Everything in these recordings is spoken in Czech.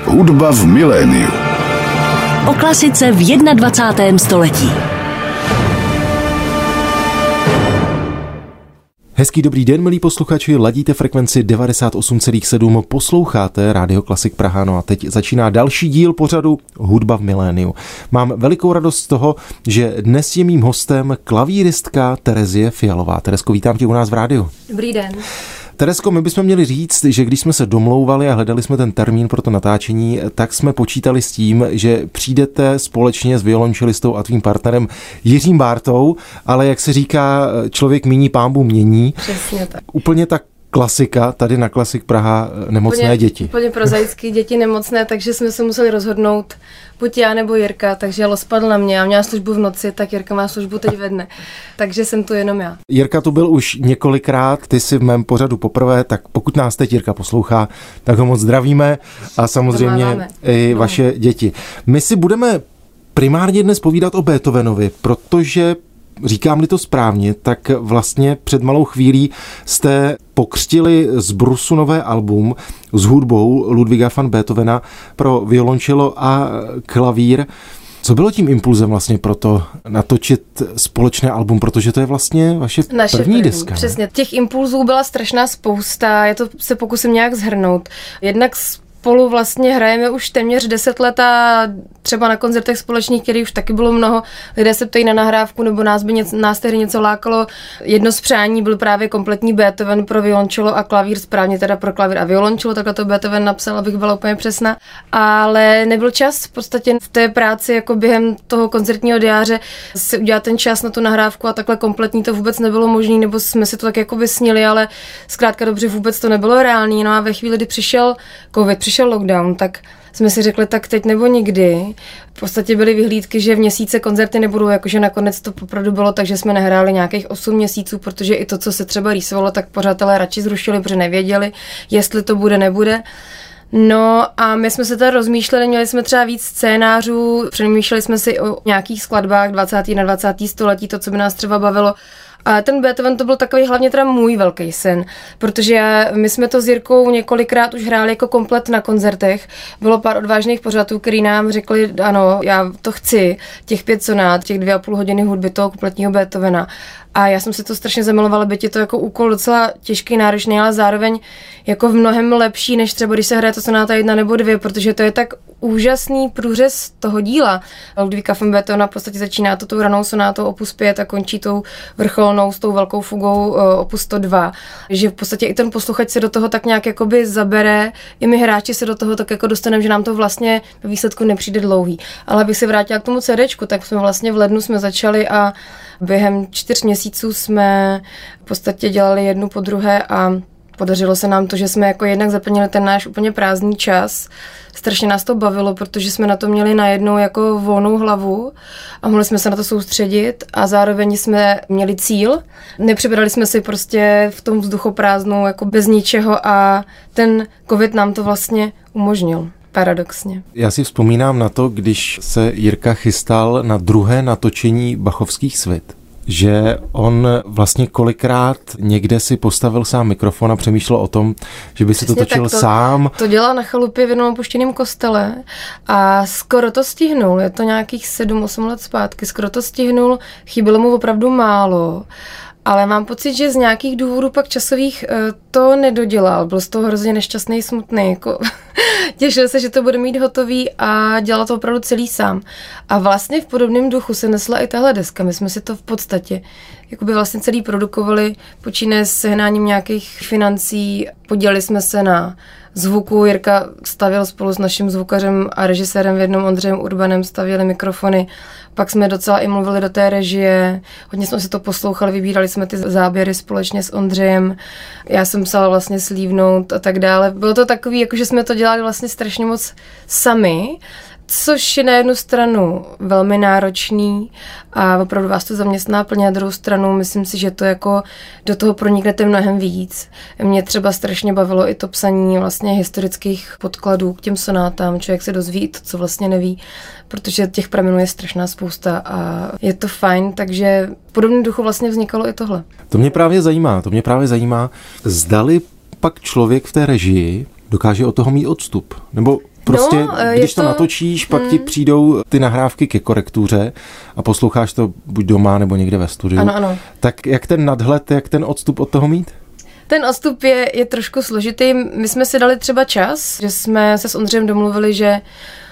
Hudba v miléniu. O klasice v 21. století. Hezký dobrý den, milí posluchači, ladíte frekvenci 98,7, posloucháte Rádio Klasik Praha, no a teď začíná další díl pořadu Hudba v miléniu. Mám velikou radost z toho, že dnes je mým hostem klavíristka Terezie Fialová. Teresko, vítám tě u nás v rádiu. Dobrý den. Teresko, my bychom měli říct, že když jsme se domlouvali a hledali jsme ten termín pro to natáčení, tak jsme počítali s tím, že přijdete společně s violončelistou a tvým partnerem Jiřím Bártou, ale jak se říká, člověk míní, pánbůh mění. Přesně tak. Úplně tak klasika, tady na Klasik Praha, nemocné děti. Úplně prozaické děti nemocné, takže jsme se museli rozhodnout, buď já nebo Jirka, takže los padl na mě. Já měla službu v noci, tak Jirka má službu teď ve dne. Takže jsem tu jenom já. Jirka tu byl už několikrát, ty jsi v mém pořadu poprvé, tak pokud nás teď Jirka poslouchá, tak ho moc zdravíme a samozřejmě i vaše děti. My si budeme primárně dnes povídat o Beethovenovi, protože říkám-li to správně, tak vlastně před malou chvílí jste pokřtili z brusu nové album s hudbou Ludwiga van Beethovena pro violončelo a klavír. Co bylo tím impulzem vlastně pro to natočit společné album, protože to je vlastně vaše první deska? Přesně, těch impulzů byla strašná spousta, já to se pokusím nějak shrnout. Jednak spolu vlastně hrajeme už téměř 10 let a třeba na koncertech společných, který už taky bylo mnoho, lidé se ptají na nahrávku, nebo nás tehdy něco lákalo. Jedno z přání byl právě kompletní Beethoven pro violončelo a klavír, správně teda pro klavír a violončelo, takhle to Beethoven napsal, abych byla úplně přesná. Ale nebyl čas v podstatě v té práci, jako během toho koncertního diáře si udělat ten čas na tu nahrávku a takhle kompletní to vůbec nebylo možné, nebo jsme si to tak jako vysnili, ale zkrátka dobře vůbec to nebylo reálný. No a ve chvíli, kdy přišel covid, přišel lockdown, tak jsme si řekli, tak teď nebo nikdy. V podstatě byly vyhlídky, že v měsíce koncerty nebudou, jakože nakonec to opravdu bylo tak, že jsme nehráli nějakých 8 měsíců, protože i to, co se třeba rýsovalo, tak pořadatelé radši zrušili, protože nevěděli, jestli to bude, nebude. No a my jsme se tady rozmýšleli, měli jsme třeba víc scénářů, přemýšleli jsme si o nějakých skladbách 20. na 20. století, to, co by nás třeba bavilo. A ten Beethoven to byl takový hlavně teda můj velký sen, protože my jsme to s Jirkou několikrát už hráli jako komplet na koncertech. Bylo pár odvážných pořadů, který nám řekli, ano, já to chci, těch 5 sonát, těch 2,5 hodiny hudby toho kompletního Beethovena. A já jsem si to strašně zamilovala, byť je to jako úkol docela těžký, náročný, ale zároveň jako v mnohem lepší, než třeba když se hraje to sonáta 1 nebo 2, protože to je tak úžasný průřez toho díla. Ludwiga van Beethovena v podstatě začíná to tou ranou sonátou opus 5 a končí tou vrcholnou s tou velkou fugou opus 102. Že v podstatě i ten posluchač se do toho tak nějak jakoby zabere, i my hráči se do toho tak jako dostaneme, že nám to vlastně ve výsledku nepřijde dlouhý. Ale abych se vrátila k tomu CDčku, tak jsme vlastně v lednu jsme začali a během 4 měsíců jsme v podstatě dělali jednu po druhé a podařilo se nám to, že jsme jako jednak zaplnili ten náš úplně prázdný čas. Strašně nás to bavilo, protože jsme na to měli najednou jako volnou hlavu a mohli jsme se na to soustředit a zároveň jsme měli cíl. Nepřipadali jsme si prostě v tom vzduchoprázdnu jako bez ničeho a ten covid nám to vlastně umožnil. Paradoxně. Já si vzpomínám na to, když se Jirka chystal na druhé natočení Bachovských svit, že on vlastně kolikrát někde si postavil sám mikrofon a přemýšlel o tom, že by si to točil sám. To dělal na chalupě v jednom opuštěném kostele a skoro to stihnul, je to nějakých 7-8 let zpátky, skoro to stihnul, chybělo mu opravdu málo. Ale mám pocit, že z nějakých důvodů pak časových to nedodělal. Byl z toho hrozně nešťastný, smutný. Jako těšil se, že to bude mít hotový a dělal to opravdu celý sám. A vlastně v podobném duchu se nesla i tahle deska. My jsme si to v podstatě jakoby vlastně celý produkovali, počínaje s sehnáním nějakých financí. Podíleli jsme se na zvuku. Jirka stavěl spolu s naším zvukařem a režisérem v jednom Ondřejem Urbanem, stavěli mikrofony. Pak jsme docela i mluvili do té režie, hodně jsme si to poslouchali, vybírali jsme ty záběry společně s Ondřejem. Já jsem psala vlastně slívnout a tak dále. Bylo to takový, jako že jsme to dělali vlastně strašně moc sami, což je na jednu stranu velmi náročný a opravdu vás to zaměstná plně, na druhou stranu myslím si, že to jako do toho proniknete mnohem víc. Mě třeba strašně bavilo i to psaní vlastně historických podkladů k těm sonátám, člověk se dozví to, co vlastně neví, protože těch pramenů je strašná spousta a je to fajn, takže v podobném duchu vlastně vznikalo i tohle. To mě právě zajímá, zdali pak člověk v té režii dokáže od toho mít odstup, nebo prostě, když to natočíš, pak ti přijdou ty nahrávky ke korektuře a posloucháš to buď doma nebo někde ve studiu. Ano. Tak jak ten nadhled, jak ten odstup od toho mít? Ten odstup je trošku složitý. My jsme si dali třeba čas, že jsme se s Ondřejem domluvili, že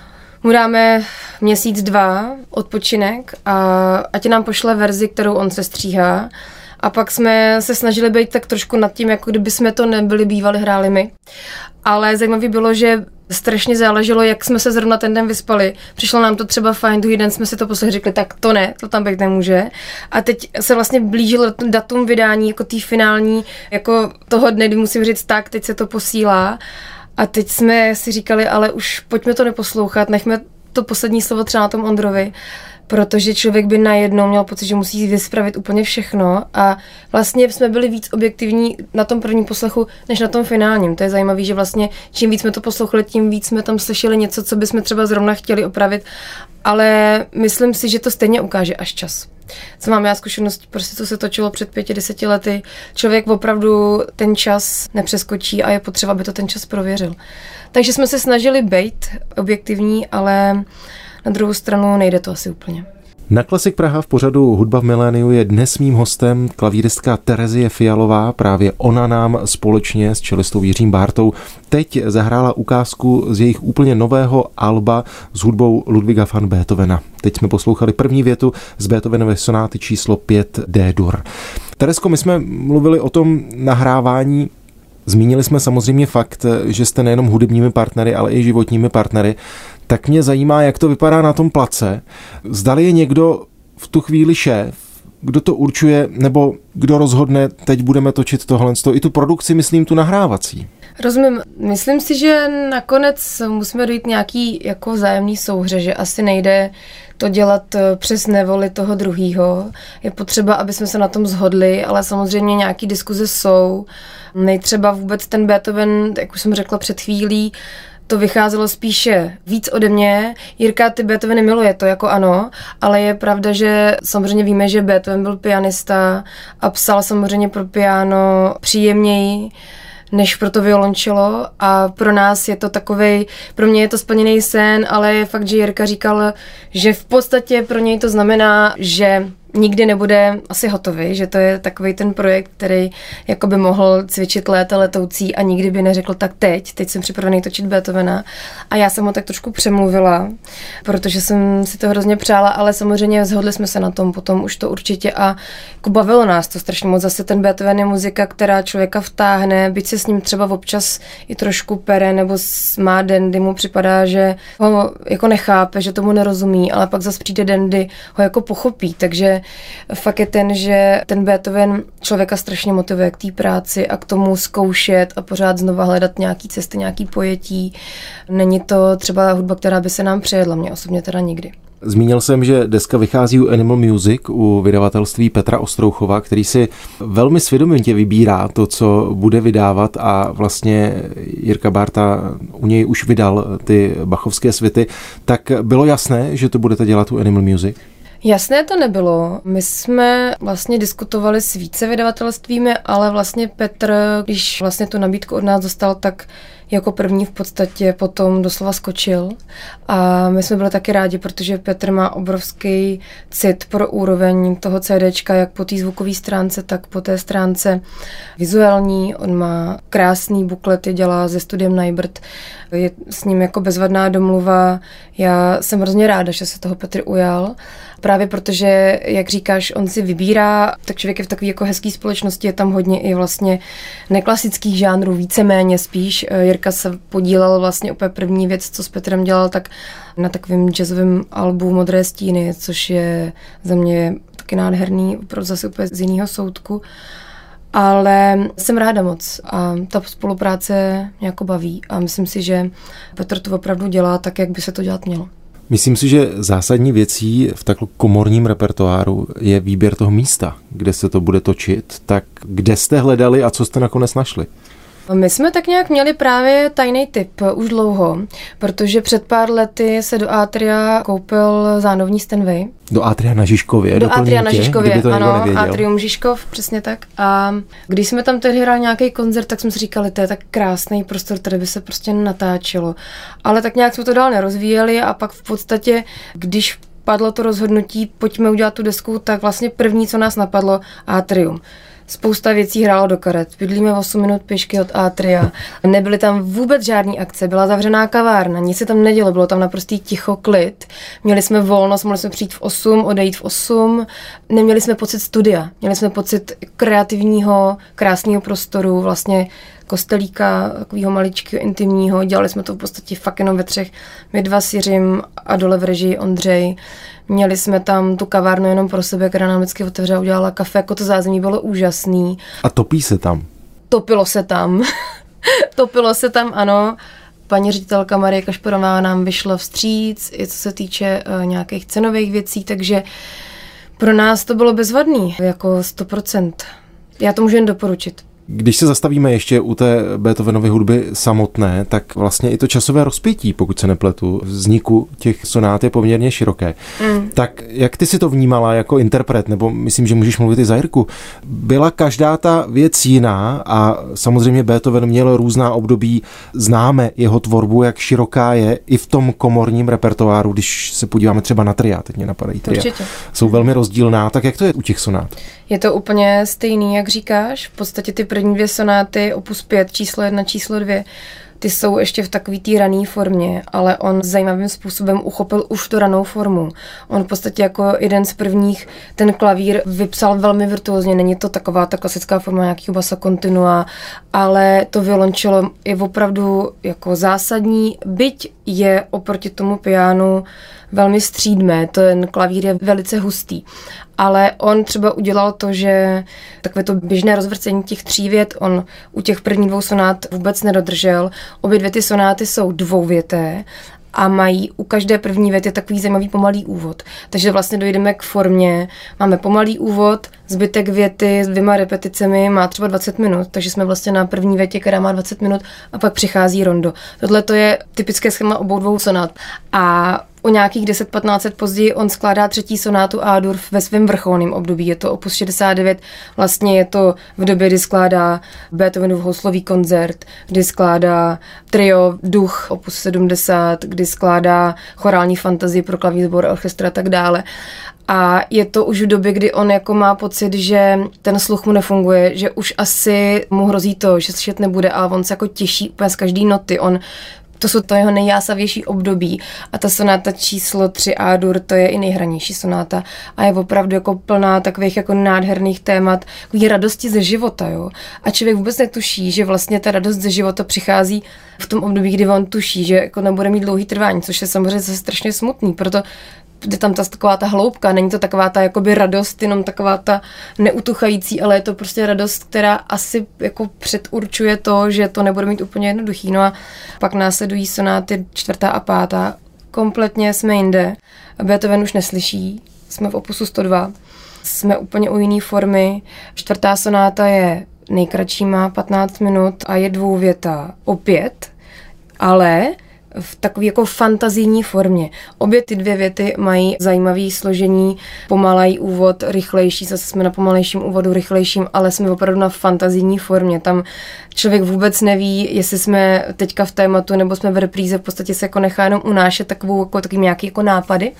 mu dáme měsíc, 2 odpočinek a ať nám pošle verzi, kterou on se stříhá. A pak jsme se snažili být tak trošku nad tím, jako kdyby jsme to nebyli bývali hráli my. Ale zajímavé bylo, že strašně záleželo, jak jsme se zrovna ten den vyspali. Přišlo nám to třeba fajn, druhý den jsme si to poslechli, řekli, tak to ne, to tam být nemůže. A teď se vlastně blížilo datum vydání, jako tý finální, jako toho dne, kdy musím říct tak, teď se to posílá. A teď jsme si říkali, ale už pojďme to neposlouchat, nechme to poslední slovo třeba na tom Ondrovi, protože člověk by najednou měl pocit, že musí vyspravit úplně všechno a vlastně jsme byli víc objektivní na tom prvním poslechu, než na tom finálním. To je zajímavé, že vlastně čím víc jsme to poslouchali, tím víc jsme tam slyšeli něco, co bychom třeba zrovna chtěli opravit, ale myslím si, že to stejně ukáže až čas. Co mám já zkušenost, prostě co se točilo před 5-10 lety, člověk opravdu ten čas nepřeskočí a je potřeba, aby to ten čas prověřil. Takže jsme se snažili být objektivní, ale na druhou stranu nejde to asi úplně. Na Klasik Praha v pořadu Hudba v miléniu je dnes mým hostem klavíristka Terezie Fialová. Právě ona nám společně s čelistou Jiřím Bártou teď zahrála ukázku z jejich úplně nového alba s hudbou Ludwiga van Beethovena. Teď jsme poslouchali první větu z Beethovenovy sonáty číslo 5 D-dur. Teresko, my jsme mluvili o tom nahrávání. Zmínili jsme samozřejmě fakt, že jste nejenom hudebními partnery, ale i životními partnery. Tak mě zajímá, jak to vypadá na tom place. Zdali je někdo v tu chvíli šéf, kdo to určuje, nebo kdo rozhodne, teď budeme točit tohle, i tu produkci, myslím, tu nahrávací. Rozumím. Myslím si, že nakonec musíme dojít nějaký jako vzájemný souhře, že asi nejde to dělat přes nevoli toho druhýho. Je potřeba, aby jsme se na tom shodli, ale samozřejmě nějaký diskuze jsou. Nejtřeba vůbec ten Beethoven, jak už jsem řekla před chvílí, to vycházelo spíše víc ode mě. Jirka ty Beethoveny miluje, to jako ano, ale je pravda, že samozřejmě víme, že Beethoven byl pianista a psal samozřejmě pro piano příjemněji než pro to violončelo a pro nás je to takovej, pro mě je to splněný sen, ale je fakt, že Jirka říkal, že v podstatě pro něj to znamená, že nikdy nebude asi hotový, že to je takový ten projekt, který jako by mohl cvičit léta letoucí a nikdy by neřekl tak teď jsem připravený točit Beethovena a já jsem ho tak trošku přemluvila, protože jsem si to hrozně přála, ale samozřejmě shodli jsme se na tom potom už to určitě a jako bavilo nás to strašně moc. Zase ten Beethoven je muzika, která člověka vtáhne, byť se s ním třeba občas i trošku pere nebo má den, kdy mu připadá, že ho jako nechápe, že tomu nerozumí, ale pak zase přijde den, kdy ho jako pochopí, takže fakt je ten, že ten Beethoven člověka strašně motivuje k té práci a k tomu zkoušet a pořád znova hledat nějaký cesty, nějaký pojetí. Není to třeba hudba, která by se nám přejedla, mě osobně teda nikdy. Zmínil jsem, že deska vychází u Animal Music, u vydavatelství Petra Ostrouchova, který si velmi svědomitě vybírá to, co bude vydávat a vlastně Jirka Bárta u něj už vydal ty bachovské svity. Tak bylo jasné, že to budete dělat u Animal Music? Jasné to nebylo. My jsme vlastně diskutovali s více vydavatelstvími, ale vlastně Petr, když vlastně tu nabídku od nás dostal, tak jako první v podstatě potom doslova skočil. A my jsme byli taky rádi, protože Petr má obrovský cit pro úroveň toho CDčka, jak po té zvukové stránce, tak po té stránce vizuální. On má krásný buklety, dělá se studiem Neibert. Je s ním jako bezvadná domluva. Já jsem hrozně ráda, že se toho Petr ujal. Právě protože, jak říkáš, on si vybírá, tak člověk je v takové jako hezké společnosti, je tam hodně i vlastně neklasických žánrů, víceméně spíš. Jirka se podílel vlastně úplně první věc, co s Petrem dělal, tak na takovém jazzovém albu Modré stíny, což je za mě taky nádherný, opravdu zase úplně z jiného soudku. Ale jsem ráda moc a ta spolupráce mě jako baví a myslím si, že Petr to opravdu dělá tak, jak by se to dělat mělo. Myslím si, že zásadní věcí v takhle komorním repertoáru je výběr toho místa, kde se to bude točit. Tak kde jste hledali a co jste nakonec našli? My jsme tak nějak měli právě tajný tip už dlouho, protože před pár lety se do Atria koupil zánovní Steinway. Do Atria na Žižkově. Do Atria na Žižkově, ano, nevěděl. Atrium Žižkov, přesně tak. A když jsme tam tehdy hráli nějaký koncert, tak jsme si říkali, to je tak krásný prostor, tady by se prostě natáčelo. Ale tak nějak jsme to dál nerozvíjeli a pak v podstatě, když padlo to rozhodnutí, pojďme udělat tu desku, tak vlastně první, co nás napadlo, Atrium. Spousta věcí hrálo do karet. Bydlíme 8 minut pěšky od Atria. Nebyly tam vůbec žádný akce, byla zavřená kavárna, nic se tam nedělo, bylo tam naprostý ticho, klid. Měli jsme volnost, mohli jsme přijít v 8, odejít v 8. Neměli jsme pocit studia, měli jsme pocit kreativního, krásného prostoru, vlastně kostelíka, takového maličkého, intimního. Dělali jsme to v podstatě fakt jenom ve 3. My 2 s Jiřím a dole v režii Ondřej. Měli jsme tam tu kavárnu jenom pro sebe, která nám vždycky otevřela, udělala kafe, jako to zázemí bylo úžasný. A topí se tam? Topilo se tam. Topilo se tam, ano. Paní ředitelka Marie Kašparová nám vyšla vstříc, i co se týče nějakých cenových věcí, takže pro nás to bylo bezvadný, jako 100%. Já to můžu jen doporučit. Když se zastavíme ještě u té Beethovenovy hudby samotné, tak vlastně i to časové rozpětí, pokud se nepletu, vzniku těch sonát je poměrně široké. Tak jak ty si to vnímala jako interpret, nebo myslím, že můžeš mluvit i za Jirku, byla každá ta věc jiná a samozřejmě Beethoven měl různá období, známe jeho tvorbu, jak široká je i v tom komorním repertoáru, když se podíváme třeba na tria, teď mě napadají tria. Určitě. Jsou velmi rozdílná, tak jak to je u těch sonát? Je to úplně stejný, jak říkáš. V podstatě ty první 2 sonáty, opus 5, číslo 1, číslo 2, ty jsou ještě v takové té rané formě, ale on zajímavým způsobem uchopil už tu ranou formu. On v podstatě jako jeden z prvních ten klavír vypsal velmi virtuózně. Není to taková ta klasická forma nějakého bassa continua, ale to violončelo je opravdu jako zásadní, byť je oproti tomu pianu velmi střídmé, ten klavír je velice hustý. Ale on třeba udělal to, že takové to běžné rozvrcení těch 3 vět, on u těch prvních 2 sonát vůbec nedodržel. Obě 2 ty sonáty jsou 2věté a mají u každé první věty takový zajímavý pomalý úvod. Takže vlastně dojdeme k formě, máme pomalý úvod, zbytek věty s 2 repeticemi má třeba 20 minut, takže jsme vlastně na první větě, která má 20 minut a pak přichází rondo. Tohle to je typické schéma obou 2 sonát. A o nějakých 10-15 let později on skládá 3. sonátu A-dur ve svém vrcholném období. Je to opus 69, vlastně je to v době, kdy skládá Beethovenův houslový koncert, kdy skládá trio Duch opus 70, kdy skládá chorální fantazii pro klavír, sbor, orchestra a tak dále. A je to už v době, kdy on jako má pocit, že ten sluch mu nefunguje, že už asi mu hrozí to, že slyšet nebude, ale on se jako těší úplně z každý noty. To jsou to jeho nejjásavější období a ta sonáta číslo 3 A-dur, to je i nejhranější sonáta a je opravdu jako plná takových jako nádherných témat, takový radosti ze života, jo. A člověk vůbec netuší, že vlastně ta radost ze života přichází v tom období, kdy on tuší, že jako nebude mít dlouhý trvání, což je samozřejmě zase strašně smutný, proto je tam taková ta hloubka, není to taková ta jakoby radost, jenom taková ta neutuchající, ale je to prostě radost, která asi jako předurčuje to, že to nebude mít úplně jednoduchý. No a pak následují sonáty 4. a 5. Kompletně jsme jinde. Beethoven už neslyší, jsme v opusu 102, jsme úplně u jiný formy. 4. sonáta je nejkratší, má 15 minut a je 2větá opět, ale v takové jako fantazijní formě. Obě ty 2 věty mají zajímavý složení, pomalej úvod, rychlejší, zase jsme na pomalejším úvodu, rychlejším, ale jsme opravdu na fantazijní formě. Tam člověk vůbec neví, jestli jsme teďka v tématu, nebo jsme v repríze, v podstatě se jako nechá jenom unášet takový nějaký jako nápady.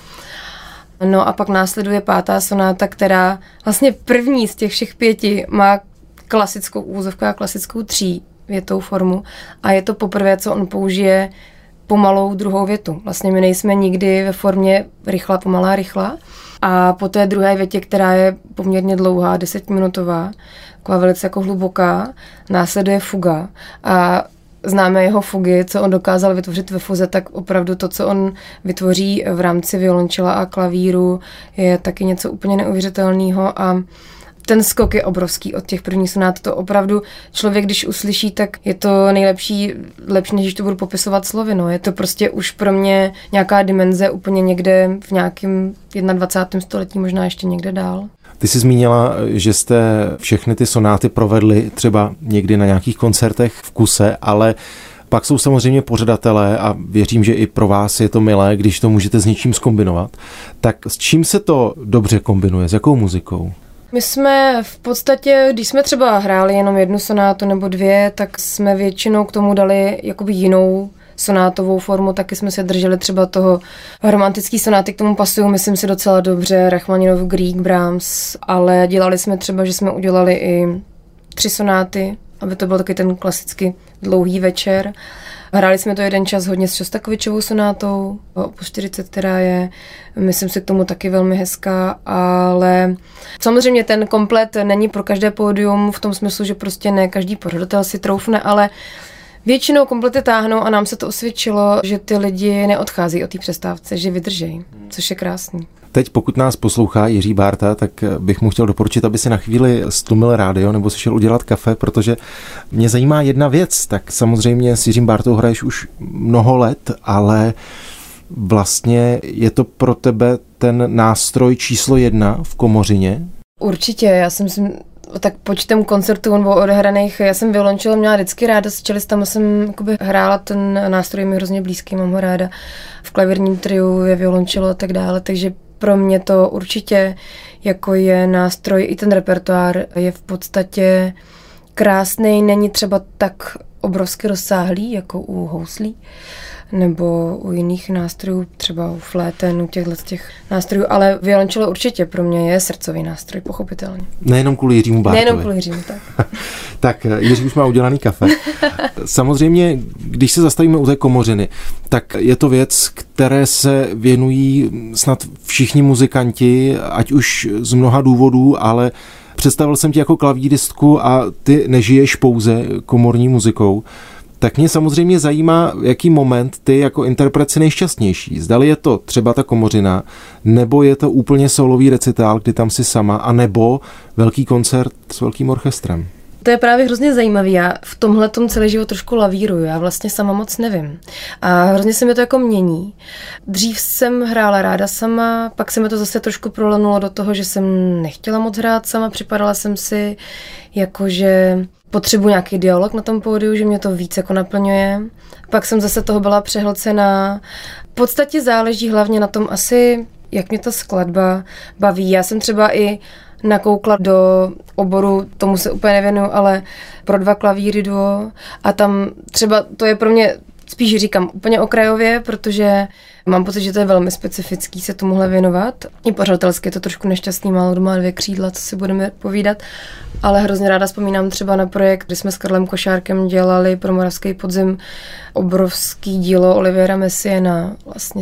No a pak následuje 5. sonáta, která vlastně první z těch všech 5 má klasickou úvozovku a klasickou 3větou formu a je to poprvé, co on použije pomalou 2. větu. Vlastně my nejsme nikdy ve formě rychlá, pomalá, rychlá. A po té 2. větě, která je poměrně dlouhá, 10minutová, taková velice jako hluboká, následuje fuga. A známe jeho fugy, co on dokázal vytvořit ve fuze, tak opravdu to, co on vytvoří v rámci violončela a klavíru, je taky něco úplně neuvěřitelného a ten skok je obrovský od těch prvních sonát. To opravdu člověk, když uslyší, tak je to nejlepší, lepší, než když to budu popisovat slovy. No. Je to prostě už pro mě nějaká dimenze úplně někde v nějakém 21. století, možná ještě někde dál. Ty jsi zmínila, že jste všechny ty sonáty provedli třeba někdy na nějakých koncertech v kuse, ale pak jsou samozřejmě pořadatelé a věřím, že i pro vás je to milé, když to můžete s něčím zkombinovat. Tak s čím se to dobře kombinuje? S jakou muzikou? My jsme v podstatě, když jsme třeba hráli jenom jednu sonátu nebo dvě, tak jsme většinou k tomu dali jakoby jinou sonátovou formu, taky jsme se drželi třeba toho romantický sonáty, k tomu pasují, myslím si, docela dobře, Rachmaninov, Grieg, Brahms, ale dělali jsme třeba, že jsme udělali i 3 sonáty, aby to byl taky ten klasicky dlouhý večer. Hráli jsme to jeden čas hodně s Šostakovičovou sonátou, opus 40, která je, myslím si, k tomu taky velmi hezká, ale samozřejmě ten komplet není pro každé pódium v tom smyslu, že prostě ne každý pořadatel si troufne, ale většinou komplety táhnou a nám se to osvědčilo, že ty lidi neodchází od té přestávce, že vydržejí, což je krásný. Teď, pokud nás poslouchá Jiří Bárta, tak bych mu chtěl doporučit, aby si na chvíli stlumil rádio nebo si šel udělat kafe, protože mě zajímá jedna věc. Tak samozřejmě s Jiřím Bártou hraješ už mnoho let, ale vlastně je to pro tebe ten nástroj číslo 1 v komořině? Určitě, já jsem si tak počtem koncertů nebo odehraných, já jsem violončelo měla vždycky ráda, s čelistama jsem jakoby hrála, ten nástroj mi hrozně blízký, mám ho ráda. V klavírním triu je violončelo a tak dále, takže pro mě to určitě jako je nástroj, i ten repertoár je v podstatě krásný, není třeba tak obrovsky rozsáhlý jako u houslí nebo u jiných nástrojů, třeba u fléten, u těch nástrojů, ale violončelo určitě pro mě je srdcový nástroj, pochopitelně. Nejenom kvůli Jiřímu Bártovi. Nejenom kvůli Jiřímu, tak. Tak Jiří už má udělaný kafe. Samozřejmě, když se zastavíme u té komořiny, tak je to věc, které se věnují snad všichni muzikanti, ať už z mnoha důvodů, ale představil jsem ti jako klavíristku a ty nežiješ pouze komorní muzikou. Tak mě samozřejmě zajímá, jaký moment ty jako interpret si nejšťastnější. Zdali je to třeba ta komořina, nebo je to úplně solový recitál, kdy tam si sama, a nebo velký koncert s velkým orchestrem. To je právě hrozně zajímavý. Já v tomhletom celý život trošku lavíruju. Já vlastně sama moc nevím. A hrozně se mi to jako mění. Dřív jsem hrála ráda sama, pak se mi to zase trošku prolenulo do toho, že jsem nechtěla moc hrát sama. Připadala jsem si jako, že potřebuji nějaký dialog na tom pódiu, že mě to víc jako naplňuje. Pak jsem zase toho byla přehlcená. V podstatě záleží hlavně na tom asi, jak mě ta skladba baví. Já jsem třeba i nakoukla do oboru, tomu se úplně nevěnuju, ale pro 2 klavíry duo a tam třeba to je pro mě, spíš říkám úplně okrajově, protože mám pocit, že to je velmi specifický se tomuhle věnovat. I pořadatelsky je to trošku nešťastný, málo kdo má 2 křídla, co si budeme povídat, ale hrozně ráda vzpomínám třeba na projekt, kdy jsme s Karlem Košárkem dělali pro Moravský podzim obrovský dílo Oliviera Messiaena, vlastně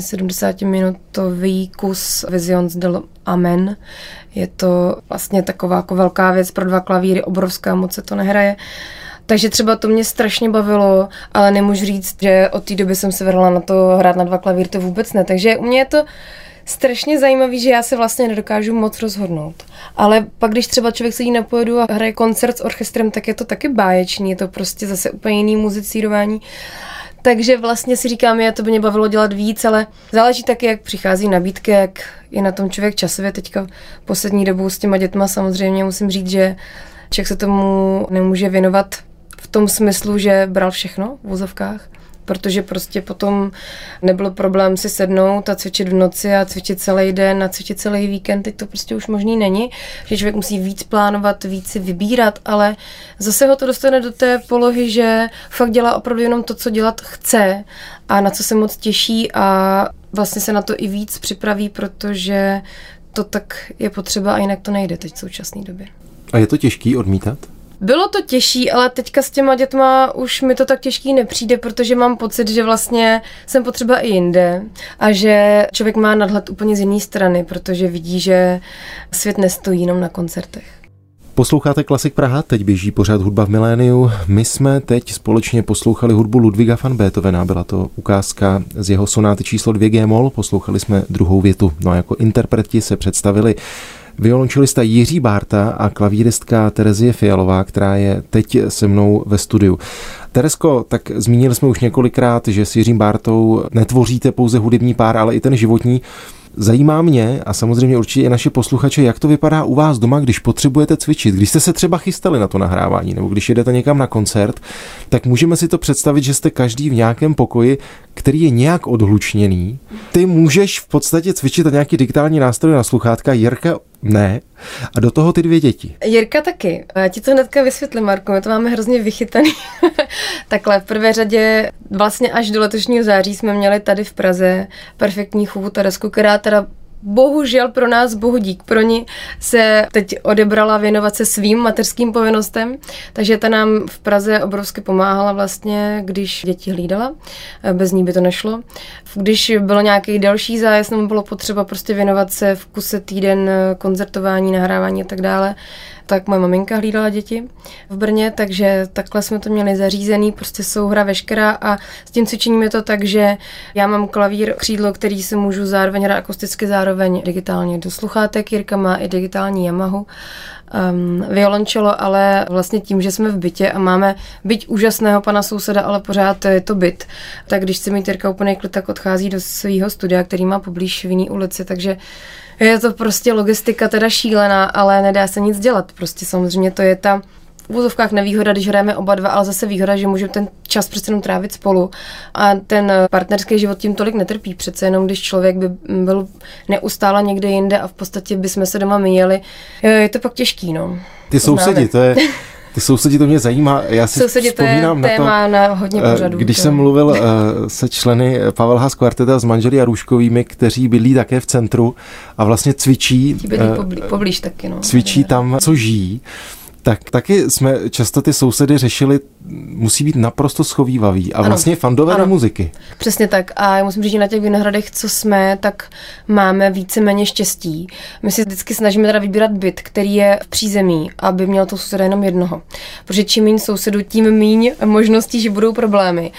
70-minutový kus Visions del Amen. Je to vlastně taková jako velká věc pro 2 klavíry, obrovská, moc se to nehraje. Takže třeba to mě strašně bavilo, ale nemůžu říct, že od té doby jsem se vrhla na to hrát na 2 klavíry, to vůbec ne. Takže u mě je to strašně zajímavý, že já se vlastně nedokážu moc rozhodnout. Ale pak, když třeba člověk sedí na pódiu a hraje koncert s orchestrem, tak je to taky báječný, je to prostě zase úplně jiný muzicírování. Takže vlastně si říkám, to by mě bavilo dělat víc, ale záleží taky, jak přichází nabídky, jak je na tom člověk časově. Teďka poslední dobou s těma dětma samozřejmě musím říct, že člověk se tomu nemůže věnovat v tom smyslu, že bral všechno v vozovkách, protože prostě potom nebyl problém si sednout a cvičit v noci a cvičit celý den a cvičit celý víkend, teď to prostě už možný není, že člověk musí víc plánovat, víc si vybírat, ale zase ho to dostane do té polohy, že fakt dělá opravdu jenom to, co dělat chce a na co se moc těší a vlastně se na to i víc připraví, protože to tak je potřeba a jinak to nejde teď v současné době. A je to těžký odmítat? Bylo to těžší, ale teďka s těma dětma už mi to tak těžký nepřijde, protože mám pocit, že vlastně jsem potřeba i jinde a že člověk má nadhled úplně z jiné strany, protože vidí, že svět nestojí jenom na koncertech. Posloucháte Klasik Praha, teď běží pořád Hudba v miléniu. My jsme teď společně poslouchali hudbu Ludwiga van Beethovena, byla to ukázka z jeho sonáty číslo 2 G-moll, poslouchali jsme druhou větu. No a jako interpreti se představili violončelista Jiří Bárta a klavíristka Terezie Fialová, která je teď se mnou ve studiu. Teresko, tak zmínili jsme už několikrát, že s Jiřím Bártou netvoříte pouze hudební pár, ale i ten životní. Zajímá mě a samozřejmě určitě i naše posluchače, jak to vypadá u vás doma, když potřebujete cvičit. Když jste se třeba chystali na to nahrávání nebo když jedete někam na koncert, tak můžeme si to představit, že jste každý v nějakém pokoji, který je nějak odhlučněný. Ty můžeš v podstatě cvičit na nějaký digitální nástroj na sluchátka, Jirka ne. A do toho ty 2 děti. Jirka taky. Já ti to hnedka vysvětlím, Marko, my to máme hrozně vychytaný. Takhle, v prvé řadě vlastně až do letošního září jsme měli tady v Praze perfektní chůvu Teresku, která teda bohužel pro nás, bohu dík, pro ní se teď odebrala věnovat se svým mateřským povinnostem, takže ta nám v Praze obrovsky pomáhala vlastně, když děti hlídala. Bez ní by to nešlo. Když bylo nějaký další zájezd, nebo bylo potřeba prostě věnovat se v kuse týden koncertování, nahrávání a tak dále, tak moje maminka hlídala děti v Brně, takže takhle jsme to měli zařízený, prostě souhra veškerá a s tím cvičením je to tak, že já mám klavír křídlo, který si můžu zároveň hrát akusticky, zároveň digitálně do sluchátek, Jirka má i digitální Yamahu, violončelo, ale vlastně tím, že jsme v bytě a máme byť úžasného pana souseda, ale pořád je to byt, tak když chce mít Jirka úplný klid, tak odchází do svého studia, který má poblíž v jiný ulici, takže je to prostě logistika teda šílená, ale nedá se nic dělat. Prostě samozřejmě to je ta v úzovkách nevýhoda, když hrajeme oba dva, ale zase výhoda, že můžeme ten čas přece jenom trávit spolu. A ten partnerský život tím tolik netrpí. Přece jenom, když člověk by byl neustále někde jinde a v podstatě bychom se doma míjeli, je to pak těžký, no. Ty sousedi, Ty sousedi, to mě zajímá. Já si vzpomínám to je téma na hodně pořadů. Když jsem mluvil se členy Pavel Haas Kvarteta s manželi Jaruškovými, kteří bydlí také v centru a vlastně cvičí. Ti bydlí poblíž taky, no. Cvičí tam, co žijí. Tak taky jsme často ty sousedy řešili, musí být naprosto schovývaví a vlastně fandové do muziky. Přesně tak a já musím říct, že na těch Vinohradech, co jsme, tak máme víceméně štěstí. My si vždycky snažíme teda vybírat byt, který je v přízemí, aby měl to souseda jenom jednoho. Protože čím méně sousedů, tím méně možností, že budou problémy.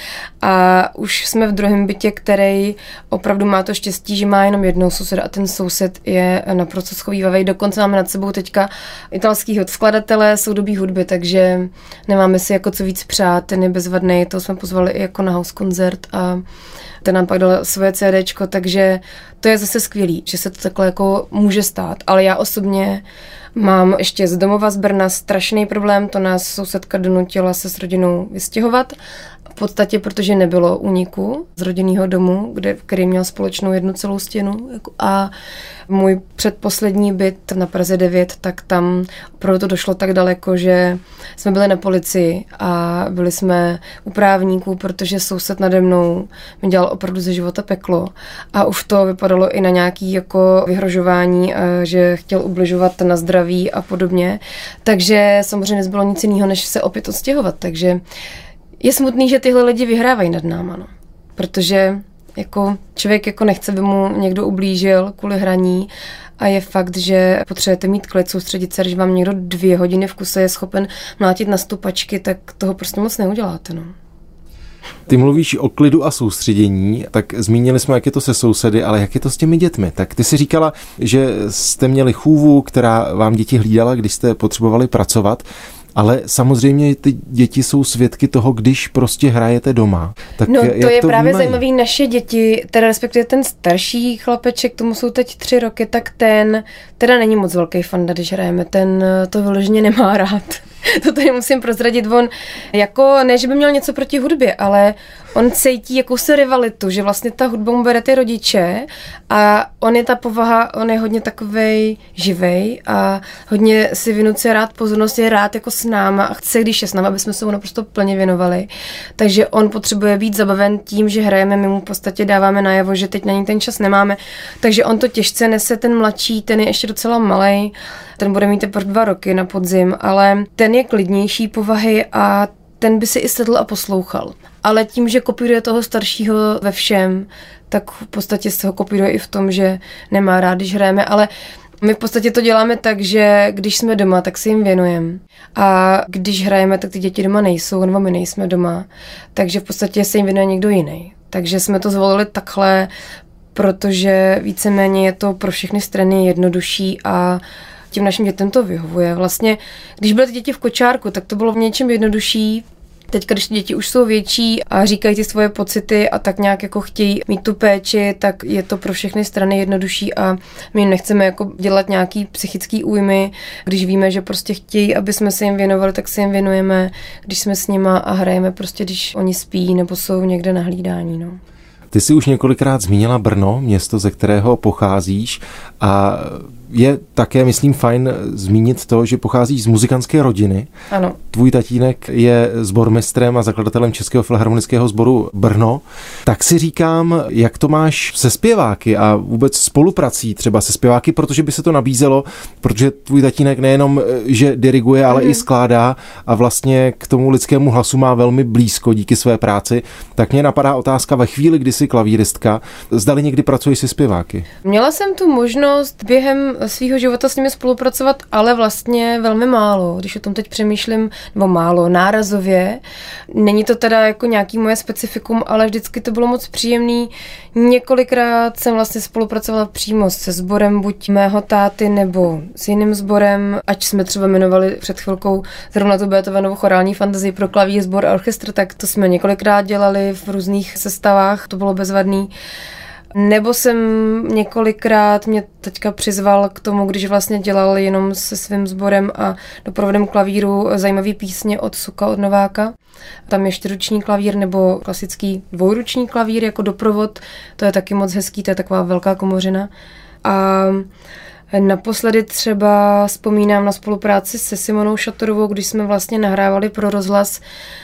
A už jsme v druhém bytě, který opravdu má to štěstí, že má jenom jednoho souseda a ten soused je naprosto schovývavý. Dokonce máme nad sebou teďka italského skladatele soudobí hudby, takže nemáme si jako co víc přát, ten je bezvadný, to jsme pozvali i jako na house koncert a ten nám pak dal svoje CDčko, takže to je zase skvělý, že se to takhle jako může stát, ale já osobně mám ještě z domova z Brna strašný problém, to nás sousedka donutila se s rodinou vystěhovat, v podstatě, protože nebylo úniku z rodinného domu, který měl společnou jednu celou stěnu a můj předposlední byt na Praze 9, tak tam opravdu to došlo tak daleko, že jsme byli na policii a byli jsme u právníků, protože soused nade mnou mi dělal opravdu ze života peklo a už to vypadalo i na nějaký jako vyhrožování, že chtěl ubližovat na zdraví a podobně, takže samozřejmě nezbylo nic jiného, než se opět odstěhovat, takže je smutný, že tyhle lidi vyhrávají nad náma, no. Protože jako člověk jako nechce, by mu někdo ublížil kvůli hraní a je fakt, že potřebujete mít klid, soustředit se, když vám někdo 2 hodiny v kuse je schopen mlátit na stupačky, tak toho prostě moc neuděláte, no. Ty mluvíš o klidu a soustředění, tak zmínili jsme, jak je to se sousedy, ale jak je to s těmi dětmi? Tak ty si říkala, že jste měli chůvu, která vám děti hlídala, když jste potřebovali pracovat, ale samozřejmě ty děti jsou svědky toho, když prostě hrajete doma. Tak no to je právě zajímavý, naše děti, teda respektive ten starší chlapeček, tomu jsou teď 3 roky, tak ten teda není moc velký fanda, když hrajeme, ten to vyloženě nemá rád. To tady musím prozradit, on jako, ne, že by měl něco proti hudbě, ale on cítí jakousi rivalitu, že vlastně ta hudba mu bere ty rodiče a on je ta povaha, on je hodně takovej živej a hodně si vynucuje rád pozornost, je rád jako s náma a chce, když je s náma, aby jsme se mu naprosto plně věnovali. Takže on potřebuje být zabaven tím, že hrajeme, my mu v podstatě dáváme najavo, že teď na ní ten čas nemáme, takže on to těžce nese, ten mladší, ten je ještě docela malej, ten bude mít teprve 2 roky na podzim, ale ten je klidnější povahy a ten by si i sedl a poslouchal. Ale tím, že kopíruje toho staršího ve všem, tak v podstatě se ho kopíruje i v tom, že nemá rád, když hrajeme, ale my v podstatě to děláme tak, že když jsme doma, tak si jim věnujeme. A když hrajeme, tak ty děti doma nejsou, nebo my nejsme doma, takže v podstatě se jim věnuje někdo jiný. Takže jsme to zvolili takhle, protože víceméně je to pro všechny strany jednodušší a tím našim dětem to vyhovuje. Vlastně, když byly ty děti v kočárku, tak to bylo v něčem jednodušší, Teďka, když děti už jsou větší a říkají ty svoje pocity a tak nějak jako chtějí mít tu péči, tak je to pro všechny strany jednodušší a my nechceme jako dělat nějaký psychický újmy, když víme, že prostě chtějí, aby jsme se jim věnovali, tak se jim věnujeme, když jsme s nima a hrajeme prostě, když oni spí nebo jsou někde na hlídání, no. Ty jsi už několikrát zmínila Brno, město, ze kterého pocházíš, a je také, myslím, fajn zmínit to, že pocházíš z muzikantské rodiny. Ano. Tvůj tatínek je sbormistrem a zakladatelem Českého filharmonického sboru Brno. Tak si říkám, jak to máš se zpěváky a vůbec spoluprací třeba se zpěváky, protože by se to nabízelo, protože tvůj tatínek nejenom, že diriguje, ale i skládá a vlastně k tomu lidskému hlasu má velmi blízko díky své práci. Tak mě napadá otázka ve chvíli, kdy jsi klavíristka, zdali někdy pracuješ se zpěváky? Měla jsem tu možnost během svýho života s nimi spolupracovat, ale vlastně velmi málo, když o tom teď přemýšlím, nebo málo, nárazově. Není to teda jako nějaký moje specifikum, ale vždycky to bylo moc příjemný. Několikrát jsem vlastně spolupracovala přímo se sborem buď mého táty nebo s jiným sborem, ať jsme třeba jmenovali před chvilkou zrovna tu Beethovenovu chorální fantazii pro klavír, sbor a orchestr, tak to jsme několikrát dělali v různých sestavách, to bylo bezvadný. Nebo jsem několikrát mě teďka přizval k tomu, když vlastně dělal jenom se svým sborem a doprovodem klavíru zajímavý písně od Suka, od Nováka. Tam je 4ruční klavír nebo klasický 2ruční klavír jako doprovod. To je taky moc hezký, to je taková velká komořina. A naposledy třeba vzpomínám na spolupráci se Simonou Šatorovou, když jsme vlastně nahrávali pro rozhlas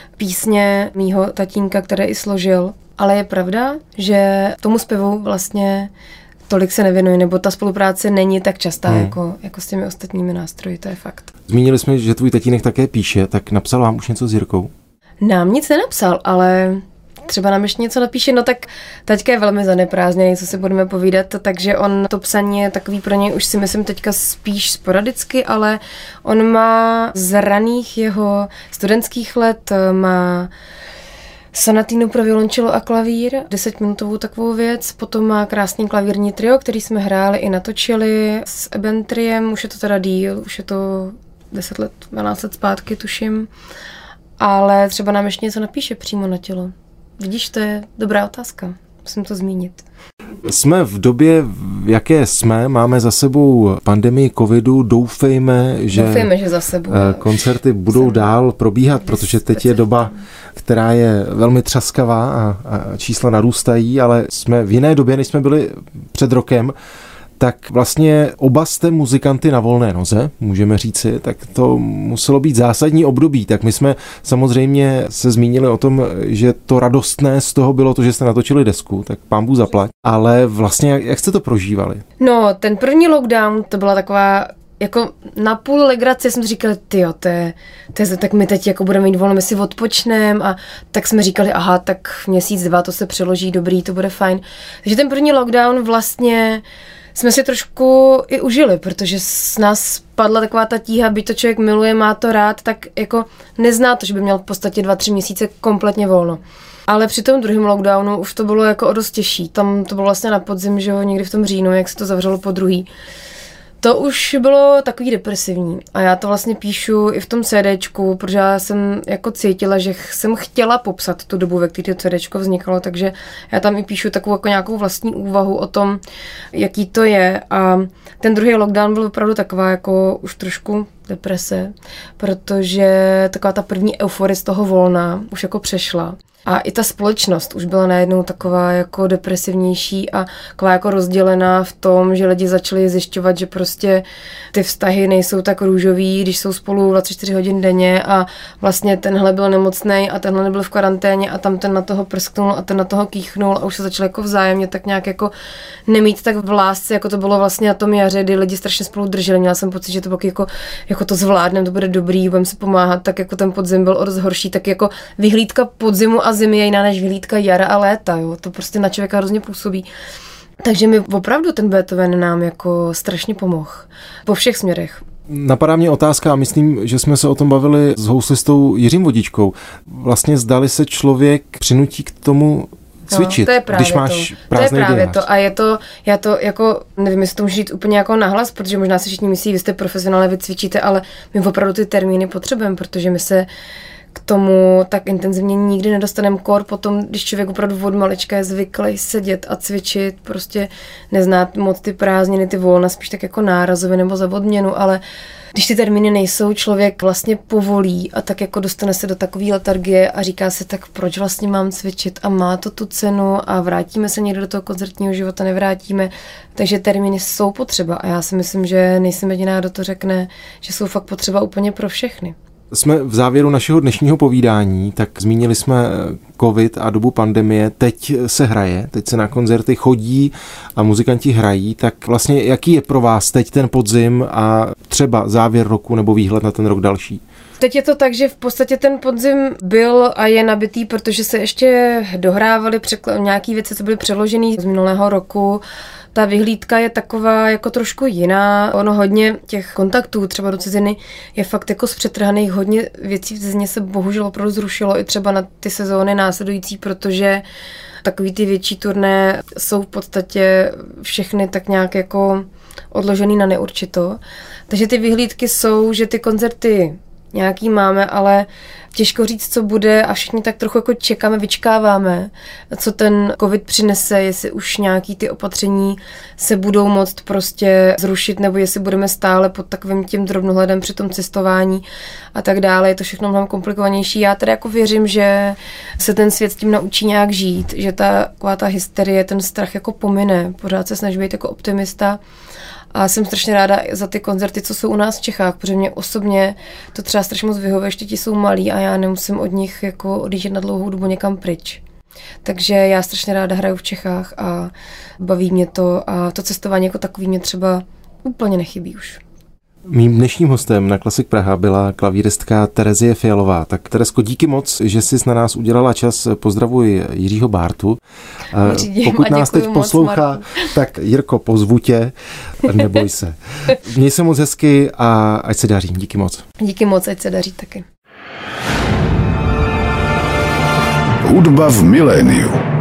písně mýho tatínka, které i složil. Ale je pravda, že tomu zpěvu vlastně tolik se nevěnuje, nebo ta spolupráce není tak častá jako s těmi ostatními nástroji, to je fakt. Zmínili jsme, že tvůj tatínek také píše, tak napsal vám už něco s Jirkou? Nám nic nenapsal, ale třeba nám ještě něco napíše, no tak taťka je velmi zaneprázdněný, co si budeme povídat, takže on to psaní je takový pro něj, už si myslím teďka spíš sporadicky, ale on má z raných jeho studentských let, má sonatínu pro violončelo a klavír, 10minutovou takovou věc, potom má krásný klavírní trio, který jsme hráli i natočili s Ebentriem, už je to teda díl, už je to 10 let, 12 let zpátky, tuším, ale třeba nám ještě něco napíše přímo na tělo. Vidíš, to je dobrá otázka, musím to zmínit. Jsme v době, v jaké jsme, máme za sebou pandemii covidu, doufejme, že za sebou. Koncerty budou dál probíhat, protože teď je doba, která je velmi třaskavá a čísla narůstají, ale jsme v jiné době, než jsme byli před rokem, tak vlastně oba jste muzikanty na volné noze, můžeme říci, tak to muselo být zásadní období. Tak my jsme samozřejmě se zmínili o tom, že to radostné z toho bylo to, že jste natočili desku, tak pán Bůh zaplať. Ale vlastně jak jste to prožívali? No, ten první lockdown, to byla taková jako na půl legrace jsme říkali, tyjo, tak my teď jako budeme mít volno, my si odpočneme a tak jsme říkali, aha, tak měsíc, 2 to se přeloží, dobrý, to bude fajn. Takže ten první lockdown vlastně jsme si trošku i užili, protože z nás spadla taková ta tíha, byť to člověk miluje, má to rád, tak jako nezná to, že by měl v podstatě 2-3 měsíce kompletně volno. Ale při tom druhém lockdownu už to bylo jako o dost těžší. Tam to bylo vlastně na podzim, že jo, někdy v tom říjnu, jak se to zavřelo po druhý. To už bylo takový depresivní a já to vlastně píšu i v tom CDčku, protože já jsem jako cítila, že jsem chtěla popsat tu dobu, ve které to CDčko vznikalo, takže já tam i píšu takovou jako nějakou vlastní úvahu o tom, jaký to je a ten druhý lockdown byl opravdu taková jako už trošku deprese, protože taková ta první euforie z toho volna už jako přešla. A i ta společnost už byla najednou taková jako depresivnější a taková jako rozdělená v tom, že lidi začali zjišťovat, že prostě ty vztahy nejsou tak růžový, když jsou spolu 24 hodin denně a vlastně tenhle byl nemocnej a tenhle nebyl v karanténě a tam ten na toho prsknul a ten na toho kýchnul a už se začali jako vzájemně tak nějak jako nemít tak v lásce, jako to bylo vlastně na tom jaře, kdy lidi strašně spolu drželi. Měla jsem pocit, že to pak jako to zvládneme, to bude dobrý, budeme si pomáhat, tak jako ten podzim byl o dost horší, tak jako vyhlídka podzimu a zimy je jiná než vyhlídka jara a léta, jo. To prostě na člověka hrozně působí. Takže mi opravdu ten Beethoven nám jako strašně pomohl. Po všech směrech. Napadá mě otázka a myslím, že jsme se o tom bavili s houslistou Jiřím Vodičkou. Vlastně zdali se člověk přinutí k tomu cvičit, když máš prázdný den. To je právě to. A já to jako, nevím, jestli to můžu říct úplně jako nahlas, protože možná si všichni myslí, vy jste profesionálně, vy cvičíte, ale my opravdu ty termíny potřebujeme, protože my se k tomu tak intenzivně nikdy nedostaneme, kor potom, když člověk opravdu od malička je zvyklý sedět a cvičit, prostě neznát moc ty prázdniny, ty volna, spíš tak jako nárazově nebo za odměnu, ale když ty termíny nejsou, člověk vlastně povolí a tak jako dostane se do takové letargie a říká si, tak proč vlastně mám cvičit a má to tu cenu a vrátíme se někdo do toho koncertního života, nevrátíme. Takže termíny jsou potřeba a já si myslím, že nejsem jediná, kdo to řekne, že jsou fakt potřeba úplně pro všechny. Jsme v závěru našeho dnešního povídání, tak zmínili jsme covid a dobu pandemie, teď se hraje, teď se na koncerty chodí a muzikanti hrají, tak vlastně jaký je pro vás teď ten podzim a třeba závěr roku nebo výhled na ten rok další? Teď je to tak, že v podstatě ten podzim byl a je nabitý, protože se ještě dohrávaly nějaké věci, co byly přeložené z minulého roku. Ta vyhlídka je taková jako trošku jiná. Ono hodně těch kontaktů třeba do ciziny je fakt jako zpřetrhaných. Hodně věcí v cizině se bohužel opravdu zrušilo i třeba na ty sezóny následující, protože takový ty větší turné jsou v podstatě všechny tak nějak jako odložený na neurčito. Takže ty vyhlídky jsou, že ty koncerty nějaký máme, ale těžko říct, co bude a všichni tak trochu jako čekáme, vyčkáváme, co ten covid přinese, jestli už nějaký ty opatření se budou moct prostě zrušit, nebo jestli budeme stále pod takovým tím drobnohledem při tom cestování a tak dále. Je to všechno mnohem komplikovanější. Já teda jako věřím, že se ten svět s tím naučí nějak žít, že taková ta hysterie, ten strach jako pomine. Pořád se snažím být jako optimista. A jsem strašně ráda za ty koncerty, co jsou u nás v Čechách, protože mě osobně to třeba strašně moc vyhovuje, že ti jsou malí a já nemusím od nich jako odjíždět na dlouhou dobu někam pryč. Takže já strašně ráda hraju v Čechách a baví mě to a to cestování jako takový mě třeba úplně nechybí už. Mým dnešním hostem na Klasik Praha byla klavíristka Terezie Fialová. Tak Terezko, díky moc, že jsi na nás udělala čas. Pozdravuj Jiřího Bártu. Pokud nás teď poslouchá, tak Jirko, pozvu tě, neboj se. Měj se moc hezky a ať se daří. Díky moc. Díky moc, ať se daří taky. Hudba v miléniu.